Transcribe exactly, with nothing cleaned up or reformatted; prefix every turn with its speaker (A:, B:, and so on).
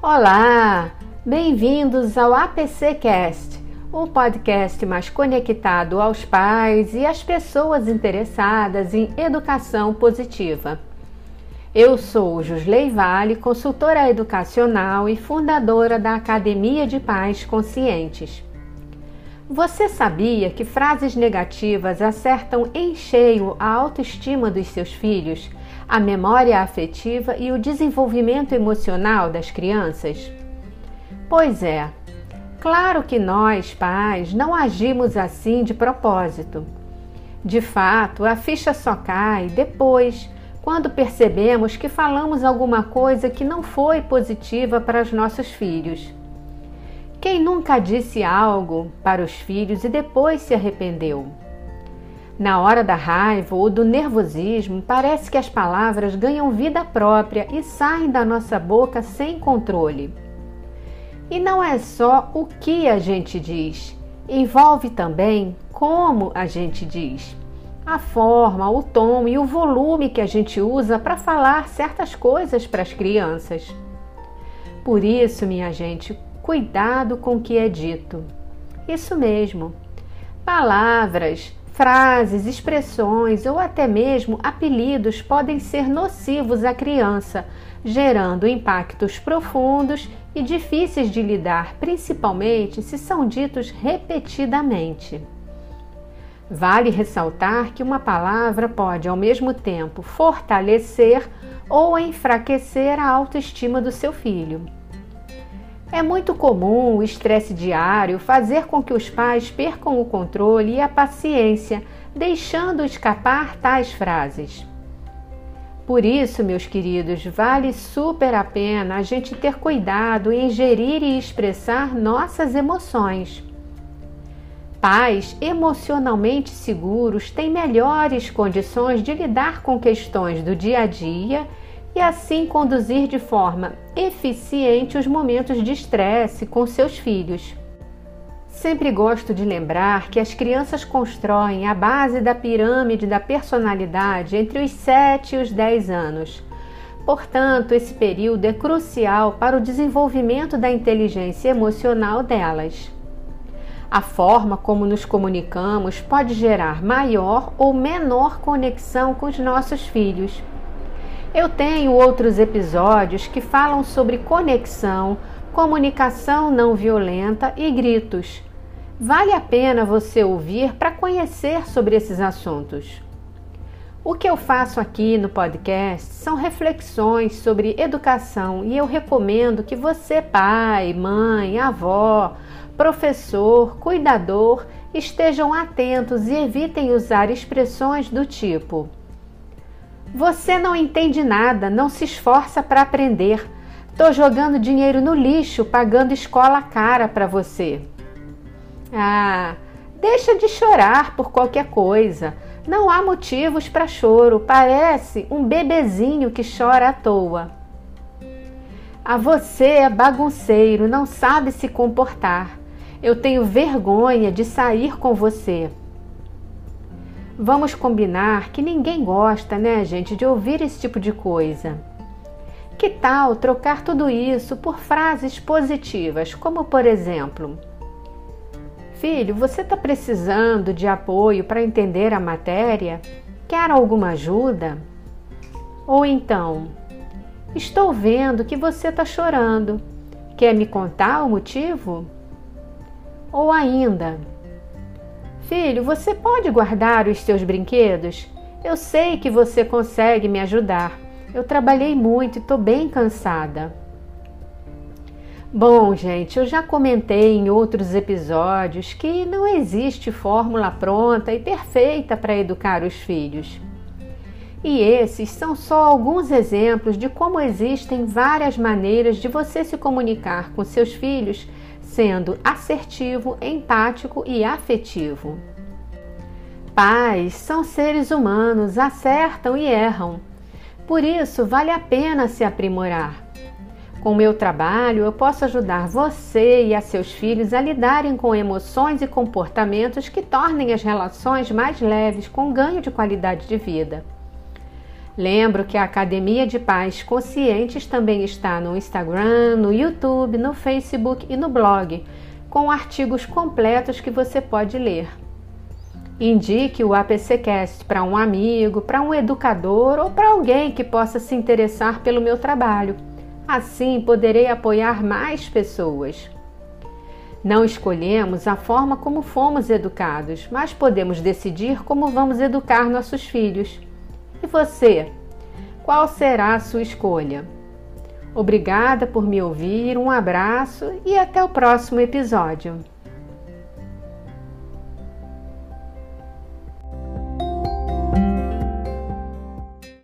A: Olá, bem-vindos ao APCcast, o podcast mais conectado aos pais e às pessoas interessadas em educação positiva. Eu sou Jusley Vale, consultora educacional e fundadora da Academia de Pais Conscientes. Você sabia que frases negativas acertam em cheio a autoestima dos seus filhos, a memória afetiva e o desenvolvimento emocional das crianças? Pois é, claro que nós, pais, não agimos assim de propósito. De fato, a ficha só cai depois, quando percebemos que falamos alguma coisa que não foi positiva para os nossos filhos. Quem nunca disse algo para os filhos e depois se arrependeu? Na hora da raiva ou do nervosismo, parece que as palavras ganham vida própria e saem da nossa boca sem controle. E não é só o que a gente diz, envolve também como a gente diz. A forma, o tom e o volume que a gente usa para falar certas coisas para as crianças. Por isso, minha gente, cuidado com o que é dito. Isso mesmo. Palavras, frases, expressões ou até mesmo apelidos podem ser nocivos à criança, gerando impactos profundos e difíceis de lidar, principalmente se são ditos repetidamente. Vale ressaltar que uma palavra pode, ao mesmo tempo, fortalecer ou enfraquecer a autoestima do seu filho. É muito comum o estresse diário fazer com que os pais percam o controle e a paciência, deixando escapar tais frases. Por isso, meus queridos, vale super a pena a gente ter cuidado em gerir e expressar nossas emoções. Pais emocionalmente seguros têm melhores condições de lidar com questões do dia a dia e assim conduzir de forma eficiente os momentos de estresse com seus filhos. Sempre gosto de lembrar que as crianças constroem a base da pirâmide da personalidade entre os sete e os dez anos. Portanto, esse período é crucial para o desenvolvimento da inteligência emocional delas. A forma como nos comunicamos pode gerar maior ou menor conexão com os nossos filhos. Eu tenho outros episódios que falam sobre conexão, comunicação não violenta e gritos. Vale a pena você ouvir para conhecer sobre esses assuntos. O que eu faço aqui no podcast são reflexões sobre educação e eu recomendo que você, pai, mãe, avó, professor, cuidador, estejam atentos e evitem usar expressões do tipo: você não entende nada, não se esforça para aprender. Tô jogando dinheiro no lixo, pagando escola cara para você. Ah, deixa de chorar por qualquer coisa. Não há motivos para choro, parece um bebezinho que chora à toa. Ah, você é bagunceiro, não sabe se comportar. Eu tenho vergonha de sair com você. Vamos combinar que ninguém gosta, né, gente, de ouvir esse tipo de coisa. Que tal trocar tudo isso por frases positivas, como por exemplo: filho, você está precisando de apoio para entender a matéria? Quer alguma ajuda? Ou então: estou vendo que você está chorando. Quer me contar o motivo? Ou ainda: filho, você pode guardar os seus brinquedos? Eu sei que você consegue me ajudar. Eu trabalhei muito e estou bem cansada. Bom, gente, eu já comentei em outros episódios que não existe fórmula pronta e perfeita para educar os filhos. E esses são só alguns exemplos de como existem várias maneiras de você se comunicar com seus filhos, sendo assertivo, empático e afetivo. Pais são seres humanos, acertam e erram. Por isso, vale a pena se aprimorar. Com o meu trabalho, eu posso ajudar você e a seus filhos a lidarem com emoções e comportamentos que tornem as relações mais leves, com ganho de qualidade de vida. Lembro que a Academia de Pais Conscientes também está no Instagram, no YouTube, no Facebook e no blog, com artigos completos que você pode ler. Indique o APCcast para um amigo, para um educador ou para alguém que possa se interessar pelo meu trabalho. Assim poderei apoiar mais pessoas. Não escolhemos a forma como fomos educados, mas podemos decidir como vamos educar nossos filhos. E você? Qual será a sua escolha? Obrigada por me ouvir, um abraço e até o próximo episódio.